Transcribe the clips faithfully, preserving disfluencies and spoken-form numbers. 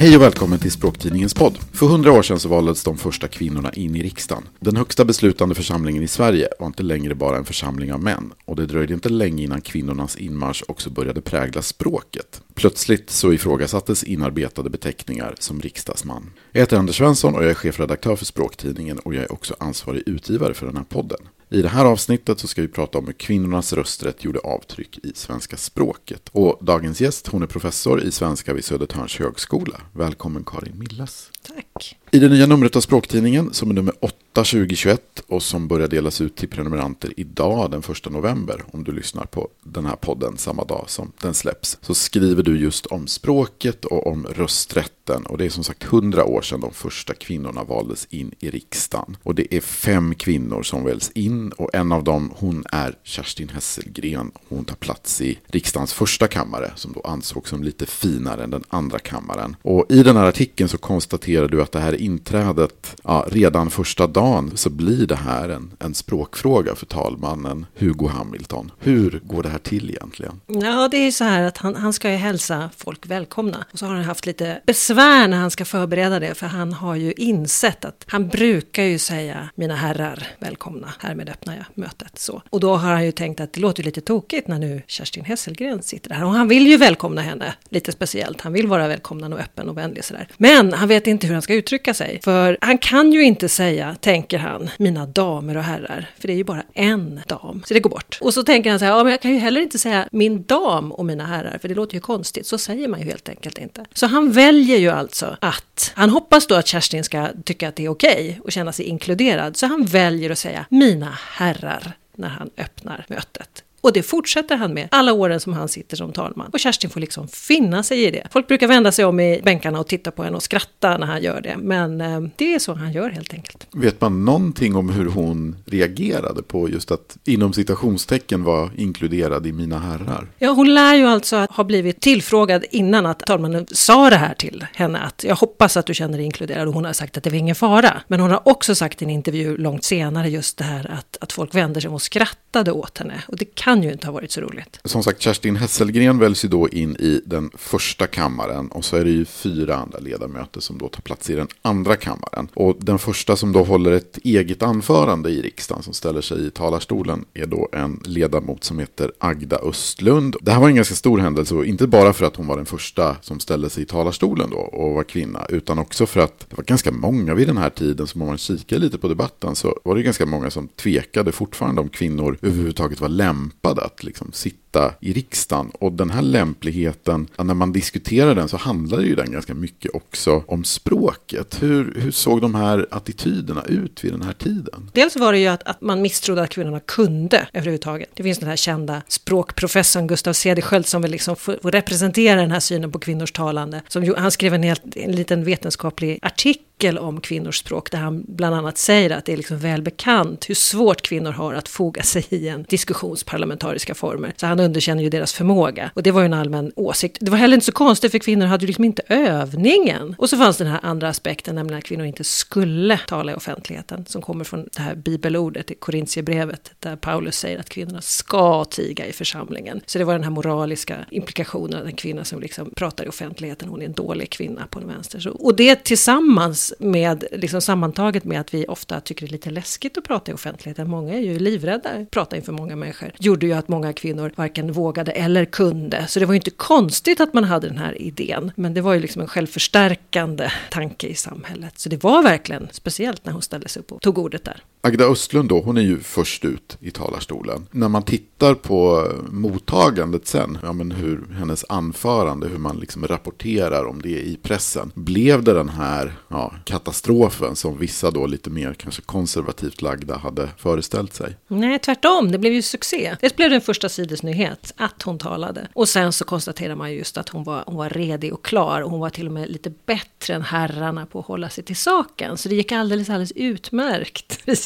Hej och välkommen till Språktidningens podd. För hundra år sedan så valdes de första kvinnorna in i riksdagen. Den högsta beslutande församlingen i Sverige var inte längre bara en församling av män. Och det dröjde inte länge innan kvinnornas inmarsch också började prägla språket. Plötsligt så ifrågasattes inarbetade beteckningar som riksdagsman. Jag heter Anders Svensson och jag är chefredaktör för Språktidningen och jag är också ansvarig utgivare för den här podden. I det här avsnittet så ska vi prata om hur kvinnornas rösträtt gjorde avtryck i svenska språket. Och dagens gäst, hon är professor i svenska vid Södertörns högskola. Välkommen Karin Milles. Tack. I det nya numret av Språktidningen som är nummer åtta tjugohundratjugoett och som börjar delas ut till prenumeranter idag den första november, om du lyssnar på den här podden samma dag som den släpps, så skriver du just om språket och om rösträtten. Och det är som sagt hundra år sedan de första kvinnorna valdes in i riksdagen. Och det är fem kvinnor som väljs in och en av dem, hon är Kerstin Hesselgren. Hon tar plats i riksdagens första kammare som då ansågs som lite finare än den andra kammaren. Och i den här artikeln så konstaterar du att det här inträdet, ja, redan första dagen så blir det här en, en språkfråga för talmannen Hugo Hamilton. Hur går det här till egentligen? Ja, det är så här att han, han ska ju hälsa folk välkomna. Och så har han haft lite besvär när han ska förbereda det, för han har ju insett att han brukar ju säga mina herrar välkomna, härmed öppnar jag mötet. Så. Och då har han ju tänkt att det låter lite tokigt när nu Kerstin Hesselgren sitter där. Och han vill ju välkomna henne lite speciellt. Han vill vara välkomnande och öppen och vänlig sådär. Men han vet inte hur han ska uttrycka sig. För han kan ju inte säga, tänker han, mina damer och herrar. För det är ju bara en dam. Så det går bort. Och så tänker han så här, ja men jag kan ju heller inte säga min dam och mina herrar. För det låter ju konstigt. Så säger man ju helt enkelt inte. Så han väljer ju alltså att, han hoppas då att Kerstin ska tycka att det är okej och känna sig inkluderad. Så han väljer att säga mina herrar när han öppnar mötet. Och det fortsätter han med alla åren som han sitter som talman. Och Kerstin får liksom finna sig i det. Folk brukar vända sig om i bänkarna och titta på henne och skratta när han gör det. Men eh, det är så han gör helt enkelt. Vet man någonting om hur hon reagerade på just att inom citationstecken var inkluderad i mina herrar? Ja, hon lär ju alltså ha blivit tillfrågad innan att talmannen sa det här till henne. Att jag hoppas att du känner dig inkluderad. Och hon har sagt att det var ingen fara. Men hon har också sagt i en intervju långt senare just det här att, att folk vänder sig och skrattade åt henne. Och det kan ju inte ha varit så roligt. Som sagt, Kerstin Hesselgren väljs ju då in i den första kammaren och så är det ju fyra andra ledamöter som då tar plats i den andra kammaren. Och den första som då håller ett eget anförande i riksdagen som ställer sig i talarstolen är då en ledamot som heter Agda Östlund. Det här var en ganska stor händelse och inte bara för att hon var den första som ställde sig i talarstolen då och var kvinna, utan också för att det var ganska många vid den här tiden, som om man kikar lite på debatten så var det ganska många som tvekade fortfarande om kvinnor överhuvudtaget var lämpade att liksom sitta i riksdagen. Och den här lämpligheten, när man diskuterar den så handlar ju den ganska mycket också om språket. Hur, hur såg de här attityderna ut vid den här tiden? Dels var det ju att, att man misstrodde att kvinnorna kunde överhuvudtaget. Det finns den här kända språkprofessorn Gustav Cederschiöld som vill liksom få, få representera den här synen på kvinnors talande. Som, han skrev en, helt, en liten vetenskaplig artikel om kvinnors språk där han bland annat säger att det är liksom välbekant hur svårt kvinnor har att foga sig i en diskussionsparlamentariska former. Så han underkänner ju deras förmåga. Och det var ju en allmän åsikt. Det var heller inte så konstigt för kvinnor hade ju liksom inte övningen. Och så fanns den här andra aspekten, nämligen att kvinnor inte skulle tala i offentligheten, som kommer från det här bibelordet i Korintierbrevet där Paulus säger att kvinnorna ska tiga i församlingen. Så det var den här moraliska implikationen att en kvinna som liksom pratar i offentligheten, hon är en dålig kvinna på den vänster. Så, och det tillsammans med, liksom sammantaget med att vi ofta tycker det är lite läskigt att prata i offentligheten. Många är ju livrädda att prata inför många människor. Gjorde ju att många kvinnor varken vågade eller kunde. Så det var ju inte konstigt att man hade den här idén. Men det var ju liksom en självförstärkande tanke i samhället. Så det var verkligen speciellt när hon ställde sig upp och tog ordet där. Agda Östlund då, hon är ju först ut i talarstolen. När man tittar på mottagandet sen, ja men hur hennes anförande, hur man liksom rapporterar om det i pressen. Blev det den här ja, katastrofen som vissa då lite mer kanske konservativt lagda hade föreställt sig? Nej, tvärtom. Det blev ju succé. Det blev den första sidesnyhet att hon talade. Och sen så konstaterar man just att hon var, hon var redig och klar. Och hon var till och med lite bättre än herrarna på att hålla sig till saken. Så det gick alldeles, alldeles utmärkt.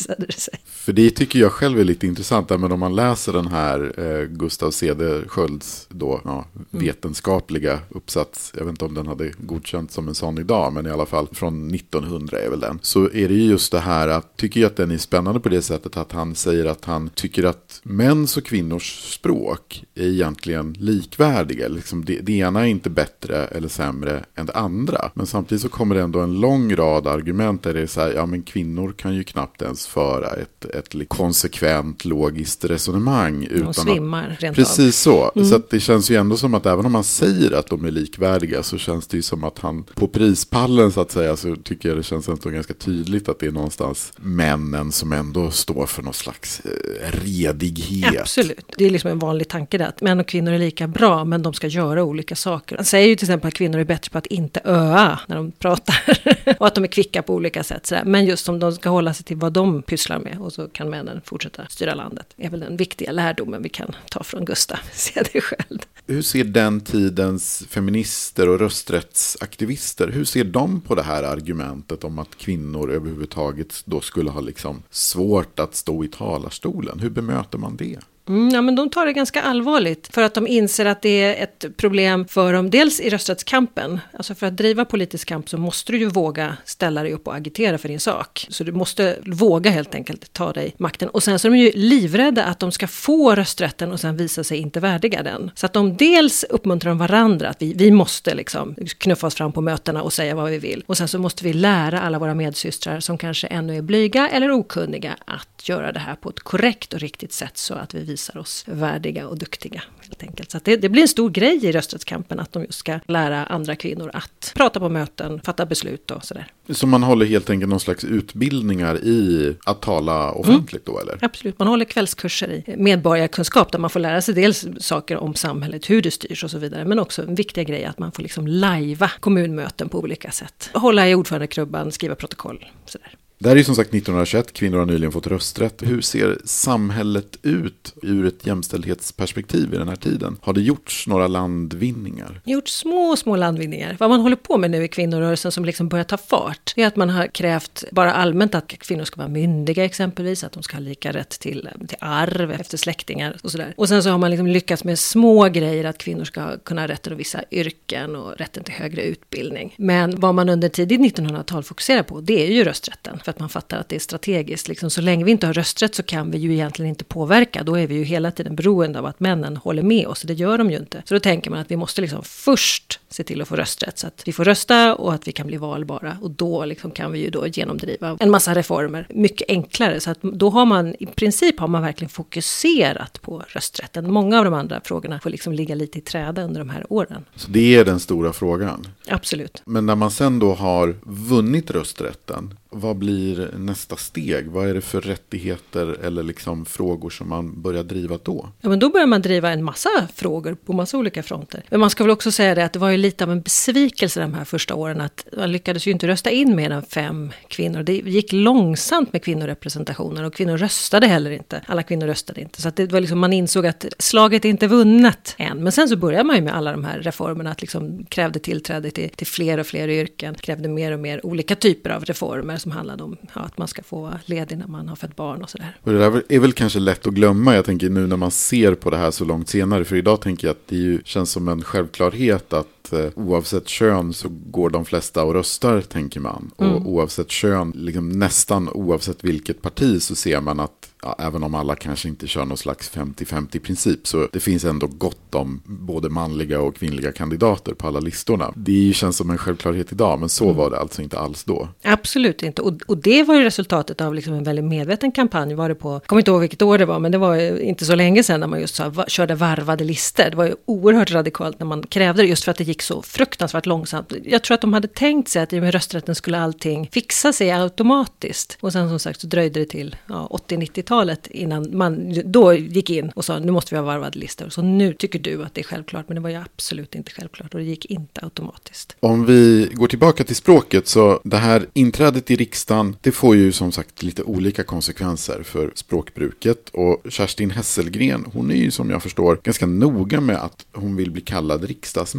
visade det sig. För det tycker jag själv är lite intressant, men om man läser den här eh, Gustav Cederskiölds då, ja, vetenskapliga uppsats, jag vet inte om den hade godkänt som en sån idag, men i alla fall från nittonhundra är väl den, så är det ju just det här att, tycker jag att den är spännande på det sättet att han säger att han tycker att mäns och kvinnors språk är egentligen likvärdiga. Liksom det, det ena är inte bättre eller sämre än det andra. Men samtidigt så kommer det ändå en lång rad argument där det är så här, ja men kvinnor kan ju knappt ens föra ett, ett konsekvent logiskt resonemang. De utan svimmar att, rent precis av. så. Mm. Så att det känns ju ändå som att även om man säger att de är likvärdiga så känns det ju som att han på prispallen så att säga, så tycker jag det känns ändå ganska tydligt att det är någonstans männen som ändå står för någon slags eh, redighet. Absolut. Det är liksom en vanlig tanke där att män och kvinnor är lika bra men de ska göra olika saker. Han säger ju till exempel att kvinnor är bättre på att inte öa när de pratar och att de är kvicka på olika sätt. Sådär. Men just om de ska hålla sig till vad de pysslar med och så kan männen fortsätta styra landet. Det är väl den viktiga lärdomen vi kan ta från Gustav Cederschiöld. Hur ser den tidens feminister och rösträttsaktivister, hur ser de på det här argumentet om att kvinnor överhuvudtaget då skulle ha liksom svårt att stå i talarstolen? Hur bemöter man det? Mm, ja, men de tar det ganska allvarligt för att de inser att det är ett problem för dem, dels i rösträttskampen. Alltså för att driva politisk kamp så måste du ju våga ställa dig upp och agitera för din sak. Så du måste våga helt enkelt ta dig makten. Och sen så är de ju livrädda att de ska få rösträtten och sen visa sig inte värdiga den. Så att de dels uppmuntrar varandra att vi, vi måste liksom knuffa oss fram på mötena och säga vad vi vill. Och sen så måste vi lära alla våra medsystrar som kanske ännu är blyga eller okunniga att göra det här på ett korrekt och riktigt sätt så att vi visar oss värdiga och duktiga helt enkelt. Så att det, det blir en stor grej i rösträttskampen att de just ska lära andra kvinnor att prata på möten, fatta beslut och sådär. Så man håller helt enkelt någon slags utbildningar i att tala offentligt mm. då eller? Absolut, man håller kvällskurser i medborgarkunskap där man får lära sig dels saker om samhället, hur det styrs och så vidare, men också en viktig grej att man får liksom lajva kommunmöten på olika sätt. Hålla i ordförandekrubban, skriva protokoll, sådär. Det här är ju som sagt nittonhundratjugoett, kvinnor har nyligen fått rösträtt. Hur ser samhället ut ur ett jämställdhetsperspektiv i den här tiden? Har det gjorts några landvinningar? Gjort små, små landvinningar. Vad man håller på med nu i kvinnorörelsen som liksom börjar ta fart är att man har krävt bara allmänt att kvinnor ska vara myndiga exempelvis, att de ska ha lika rätt till, till arv efter släktingar och sådär. Och sen så har man liksom lyckats med små grejer att kvinnor ska kunna ha rätten till vissa yrken och rätten till högre utbildning. Men vad man under tidigt nittonhundratal fokuserar på, det är ju rösträtten. För att man fattar att det är strategiskt. Liksom, så länge vi inte har rösträtt så kan vi ju egentligen inte påverka. Då är vi ju hela tiden beroende av att männen håller med oss. Det gör de ju inte. Så då tänker man att vi måste liksom först se till att få rösträtt. Så att vi får rösta och att vi kan bli valbara. Och då liksom kan vi ju då genomdriva en massa reformer. Mycket enklare. Så att då har man, i princip har man verkligen fokuserat på rösträtten. Många av de andra frågorna får liksom ligga lite i träda under de här åren. Så det är den stora frågan? Absolut. Men när man sen då har vunnit rösträtten, vad blir nästa steg? Vad är det för rättigheter eller liksom frågor som man börjar driva då? Ja, men då börjar man driva en massa frågor på massa olika fronter. Men man ska väl också säga det att det var ju lite av en besvikelse de här första åren att man lyckades ju inte rösta in mer än fem kvinnor. Det gick långsamt med kvinnorepresentationen och kvinnor röstade heller inte. Alla kvinnor röstade inte. Så att det var liksom, man insåg att slaget är inte vunnet än. Men sen så började man ju med alla de här reformerna att liksom krävde tillträde till, till fler och fler yrken. Krävde mer och mer olika typer av reformer som handlade om ja, att man ska få vara ledig när man har fått barn och sådär. Och det där är väl kanske lätt att glömma, jag tänker nu när man ser på det här så långt senare, för idag tänker jag att det ju känns som en självklarhet att eh, oavsett kön så går de flesta och röstar, tänker man. Mm. Och oavsett kön, liksom nästan oavsett vilket parti så ser man att ja, även om alla kanske inte kör någon slags femtio femtio princip så det finns ändå gott om både manliga och kvinnliga kandidater på alla listorna. Det känns som en självklarhet idag, men så mm. var det alltså inte alls då. Absolut inte. Och, och det var ju resultatet av liksom en väldigt medveten kampanj. Var det på, jag kommer inte ihåg vilket år det var, men det var inte så länge sedan när man just sa, körde varvade listor. Det var ju oerhört radikalt när man krävde det just för att det gick så fruktansvärt långsamt. Jag tror att de hade tänkt sig att i med rösträtten skulle allting fixa sig automatiskt. Och sen som sagt så dröjde det till ja, åttio-nittiotalet innan man då gick in och sa nu måste vi ha varvade listor. Så nu tycker du att det är självklart, men det var ju absolut inte självklart och det gick inte automatiskt. Om vi går tillbaka till språket så det här inträdet i riksdagen, det får ju som sagt lite olika konsekvenser för språkbruket och Kerstin Hesselgren, hon är ju som jag förstår ganska noga med att hon vill bli kallad riksdagsman. Och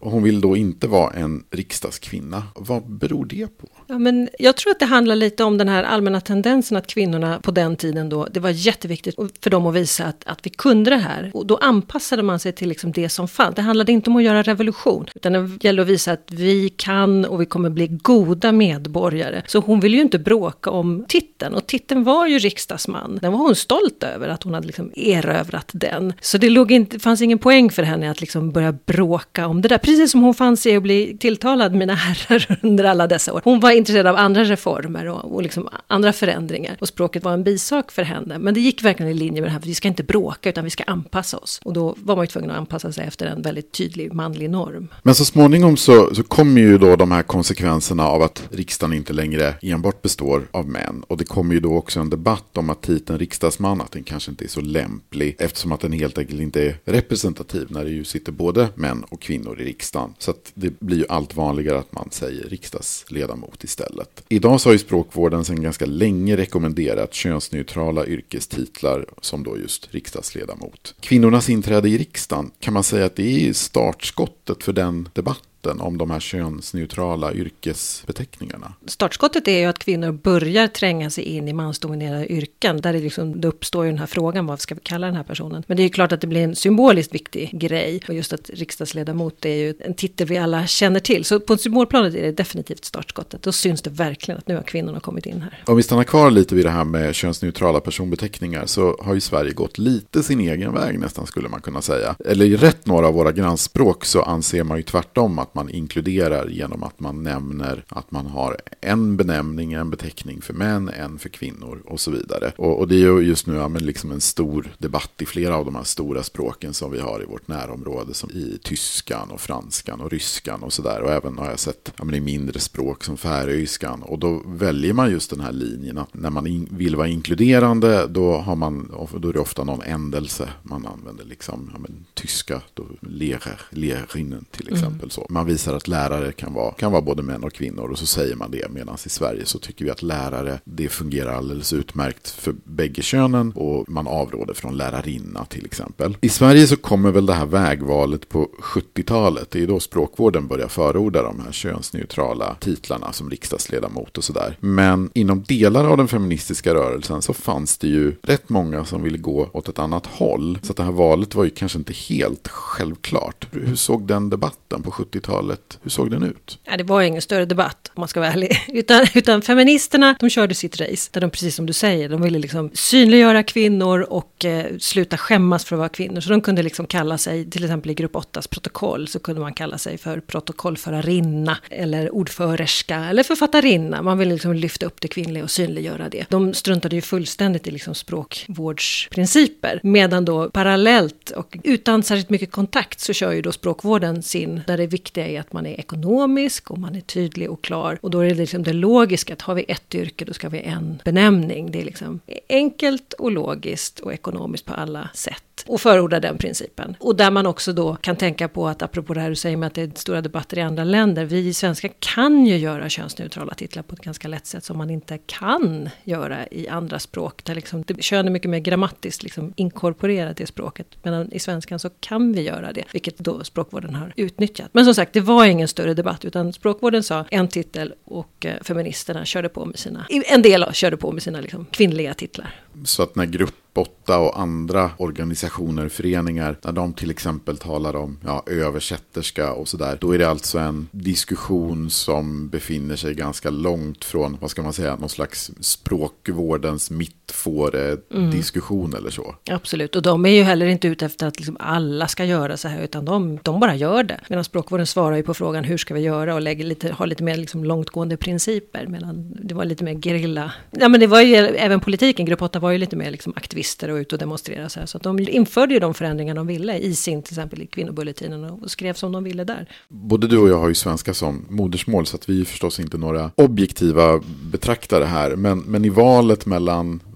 och hon vill då inte vara en riksdagskvinna. Vad beror det på? Ja, men jag tror att det handlar lite om den här allmänna tendensen att kvinnorna på den tiden då, det var jätteviktigt för dem att visa att, att vi kunde det här. Och då anpassade man sig till liksom det som fanns. Det handlade inte om att göra revolution, utan det gällde att visa att vi kan och vi kommer bli goda medborgare. Så hon ville ju inte bråka om titeln, och titeln var ju riksdagsman. Den var hon stolt över, att hon hade liksom erövrat den. Så det låg inte, fanns ingen poäng för henne att liksom börja bråka om det där. Precis som hon fann sig att bli tilltalad, mina herrar, under alla dessa år. Hon var intresserad av andra reformer och, och liksom andra förändringar. Och språket var en bisak för henne. Men det gick verkligen i linje med det här, för vi ska inte bråka utan vi ska anpassa oss. Och då var man ju tvungen att anpassa sig efter en väldigt tydlig manlig norm. Men så småningom så, så kommer ju då de här konsekvenserna av att riksdagen inte längre enbart består av män. Och det kommer ju då också en debatt om att titeln riksdagsman, att den kanske inte är så lämplig, eftersom att den helt enkelt inte är representativ när det ju sitter både män och kvinnor i riksdagen. Så att det blir ju allt vanligare att man säger riksdagsledamot istället. Idag så har ju språkvården sedan ganska länge rekommenderat könsneutrala yrkestitlar som då just riksdagsledamot. Kvinnornas inträde i riksdagen, kan man säga att det är startskottet för den debatten om de här könsneutrala yrkesbeteckningarna? Startskottet är ju att kvinnor börjar tränga sig in i mansdominerade yrken, där det, liksom, det uppstår ju den här frågan, vad ska vi kalla den här personen? Men det är ju klart att det blir en symboliskt viktig grej, och just att riksdagsledamot är ju en titel vi alla känner till. Så på symbolplanet är det definitivt startskottet. Då syns det verkligen att nu har kvinnorna kommit in här. Om vi stannar kvar lite vid det här med könsneutrala personbeteckningar, så har ju Sverige gått lite sin egen väg nästan, skulle man kunna säga. Eller i rätt några av våra grannspråk så anser man ju tvärtom att man inkluderar genom att man nämner att man har en benämning, en beteckning för män, en för kvinnor och så vidare. Och, och det är ju just nu ja, men liksom en stor debatt i flera av de här stora språken som vi har i vårt närområde, som i tyskan och franskan och ryskan och sådär. Och även har jag sett ja, men i mindre språk som färöiskan. Och då väljer man just den här linjen att när man in, vill vara inkluderande, då, har man, då är det ofta någon ändelse man använder. Liksom, ja, men, tyska, då lerer, lerinnen till exempel. Mm. Så. Man visar att lärare kan vara, kan vara både män och kvinnor, och så säger man det, medan i Sverige så tycker vi att lärare, det fungerar alldeles utmärkt för bägge könen, och man avråder från lärarinna till exempel. I Sverige så kommer väl det här vägvalet på sjuttiotalet, det är då språkvården börjar förorda de här könsneutrala titlarna som riksdagsledamot och sådär. Men inom delar av den feministiska rörelsen så fanns det ju rätt många som ville gå åt ett annat håll, så att det här valet var ju kanske inte helt självklart. Hur såg den debatten på sjuttiotalet, hur såg den ut? Ja, det var ingen större debatt, om man ska vara ärlig. Utan, utan feministerna, de körde sitt race. Där de, precis som du säger, de ville liksom synliggöra kvinnor och eh, sluta skämmas för att vara kvinnor. Så de kunde liksom kalla sig, till exempel i grupp åttas protokoll, så kunde man kalla sig för protokollförarinna eller ordförerska eller författarinna. Man ville liksom lyfta upp det kvinnliga och synliggöra det. De struntade ju fullständigt i liksom språkvårdsprinciper. Medan då parallellt och utan särskilt mycket kontakt så kör ju då språkvården sin, där det viktiga är att man är ekonomisk och man är tydlig och klar. Och då är det liksom det logiska att har vi ett yrke, då ska vi en benämning. Det är liksom enkelt och logiskt och ekonomiskt på alla sätt. Och förordar den principen. Och där man också då kan tänka på att, apropå det här du säger med att det är stora debatter i andra länder, vi svenskar kan ju göra könsneutrala titlar på ett ganska lätt sätt som man inte kan göra i andra språk. Där liksom, det, kön är mycket mer grammatiskt liksom inkorporerat i språket. Men i svenskan så kan vi göra det, vilket då språkvården har utnyttjat. Men som sagt, det var ingen större debatt, utan språkvården sa en titel och eh, feministerna körde på med sina, en del körde på med sina liksom, kvinnliga titlar. Så att när grupp åtta och andra organisationer, föreningar, när de till exempel talar om ja, översätterska och sådär, då är det alltså en diskussion som befinner sig ganska långt från, vad ska man säga, någon slags språkvårdens mittfåre mm. diskussion eller så. Absolut, och de är ju heller inte ute efter att liksom alla ska göra så här, utan de, de bara gör det. Medan språkvården svarar ju på frågan hur ska vi göra och lägger lite, har lite mer liksom långtgående principer, medan det var lite mer gerilla. Ja, men det var ju även politiken, grupp åtta var ju lite mer liksom aktivister och ut och demonstrera så här. Så att de införde ju de förändringar de ville i sin, till exempel i kvinnobulletinen, och skrev som de ville där. Både du och jag har ju svenska som modersmål, så att vi är förstås inte några objektiva betraktare här. Men, men i valet mellan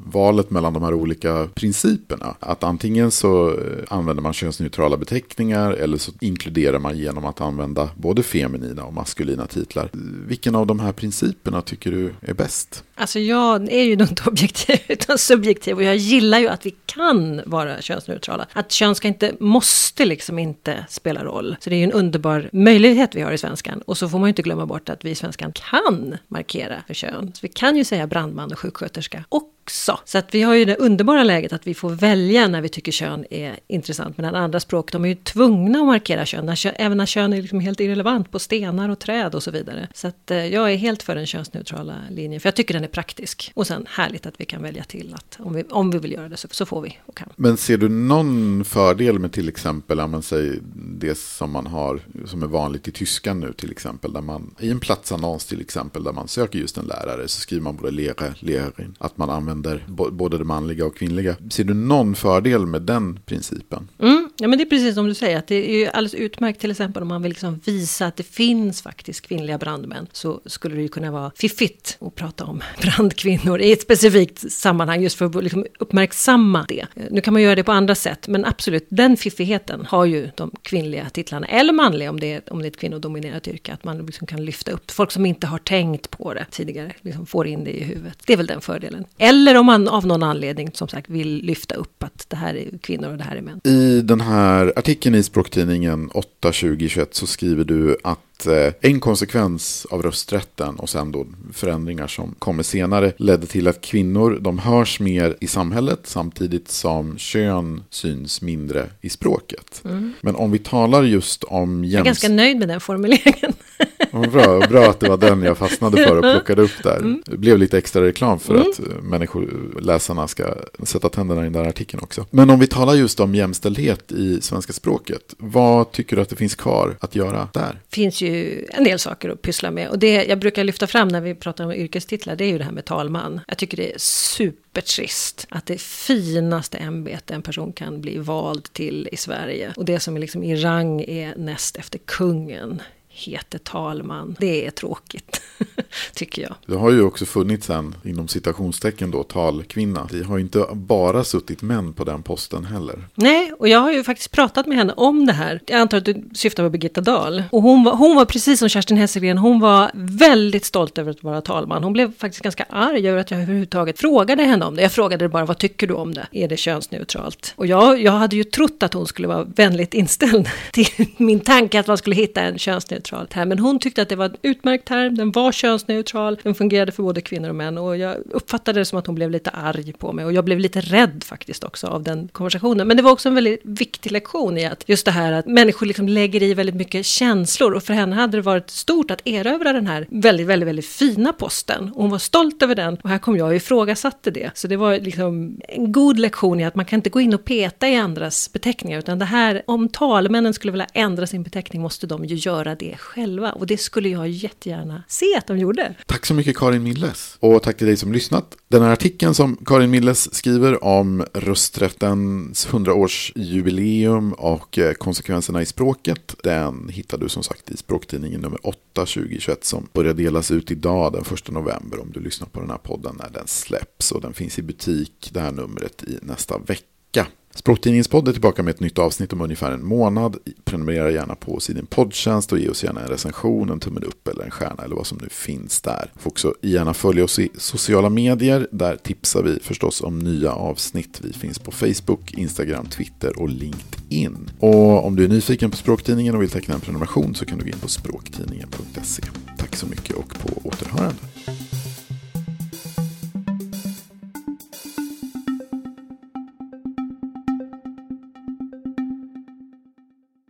valet mellan de här olika principerna. Att antingen så använder man könsneutrala beteckningar eller så inkluderar man genom att använda både feminina och maskulina titlar. Vilken av de här principerna tycker du är bäst? Alltså jag är ju inte objektiv utan subjektiv och jag gillar ju att vi kan vara könsneutrala. Att kön ska inte, måste liksom inte spela roll. Så det är ju en underbar möjlighet vi har i svenskan. Och så får man ju inte glömma bort att vi i svenskan kan markera för kön. Så vi kan ju säga brandman och sjuksköterska och också. Så att vi har ju det underbara läget att vi får välja när vi tycker kön är intressant. Men andra språk, de är ju tvungna att markera kön. När kön även när kön är liksom helt irrelevant på stenar och träd och så vidare. Så att eh, jag är helt för den könsneutrala linjen. För jag tycker den är praktisk. Och sen härligt att vi kan välja till att om vi, om vi vill göra det så, så får vi och kan. Men ser du någon fördel med till exempel, om man säger det som man har, som är vanligt i tyskan nu till exempel, där man i en platsannons till exempel, där man söker just en lärare så skriver man både lärare, lärarin, att man använder både det manliga och kvinnliga. Ser du någon fördel med den principen? Mm, ja, men det är precis som du säger, att det är ju alldeles utmärkt till exempel om man vill liksom visa att det finns faktiskt kvinnliga brandmän, så skulle det ju kunna vara fiffigt att prata om brandkvinnor i ett specifikt sammanhang just för att liksom uppmärksamma det. Nu kan man göra det på andra sätt, men absolut, den fiffigheten har ju de kvinnliga titlarna, eller manliga om det är, om det är ett kvinnodominerat yrke, att man liksom kan lyfta upp folk som inte har tänkt på det tidigare, liksom får in det i huvudet. Det är väl den fördelen. Eller om man av någon anledning som sagt vill lyfta upp att det här är kvinnor och det här är män. I den här artikeln i Språktidningen åtta tjugo tjugoett så skriver du att en konsekvens av rösträtten och sen då förändringar som kommer senare ledde till att kvinnor, de hörs mer i samhället samtidigt som kön syns mindre i språket. Mm. Men om vi talar just om jämst... Jag är ganska nöjd med den formuleringen. Bra, bra att det var den jag fastnade för och plockade upp där. Mm. Det blev lite extra reklam för mm. att människor, läsarna ska sätta tänderna i den där artikeln också. Men om vi talar just om jämställdhet i svenska språket, vad tycker du att det finns kvar att göra där? Det finns ju en del saker att pyssla med. Och det jag brukar lyfta fram när vi pratar om yrkestitlar, det är ju det här med talman. Jag tycker det är supertrist att det finaste ämbete en person kan bli vald till i Sverige. Och det som är liksom i rang är näst efter kungen heter talman. Det är tråkigt, tycker jag. Det har ju också funnits en, inom citationstecken då, talkvinna. Vi har ju inte bara suttit män på den posten heller. Nej, och jag har ju faktiskt pratat med henne om det här. Jag antar att du syftar på Birgitta Dahl. Och hon var, hon var precis som Kerstin Hesselgren, hon var väldigt stolt över att vara talman. Hon blev faktiskt ganska arg över att jag överhuvudtaget frågade henne om det. Jag frågade bara, vad tycker du om det? Är det könsneutralt? Och jag, jag hade ju trott att hon skulle vara vänligt inställd till min tanke att man skulle hitta en könsneutral term. Men hon tyckte att det var en utmärkt term, den var könsneutral, den fungerade för både kvinnor och män, och jag uppfattade det som att hon blev lite arg på mig, och jag blev lite rädd faktiskt också av den konversationen. Men det var också en väldigt viktig lektion i att just det här att människor liksom lägger i väldigt mycket känslor, och för henne hade det varit stort att erövra den här väldigt, väldigt, väldigt fina posten, och hon var stolt över den, och här kom jag och ifrågasatte det. Så det var liksom en god lektion i att man kan inte gå in och peta i andras beteckningar, utan det här, om talmännen skulle vilja ändra sin beteckning måste de ju göra det själva, och det skulle jag jättegärna se att de gjorde. Tack så mycket Karin Milles, och tack till dig som lyssnat. Den här artikeln som Karin Milles skriver om rösträttens hundraårsjubileum och konsekvenserna i språket, den hittar du som sagt i Språktidningen nummer åtta tjugo tjugoett som börjar delas ut idag den första november om du lyssnar på den här podden när den släpps, och den finns i butik, det här numret, i nästa vecka. Språktidningens podd är tillbaka med ett nytt avsnitt om ungefär en månad. Prenumerera gärna på oss i din poddtjänst och ge oss gärna en recension, en tummen upp eller en stjärna eller vad som nu finns där. Får också gärna följa oss i sociala medier. Där tipsar vi förstås om nya avsnitt. Vi finns på Facebook, Instagram, Twitter och LinkedIn. Och om du är nyfiken på Språktidningen och vill teckna en prenumeration så kan du gå in på språktidningen punkt se. Tack så mycket och på återhörande.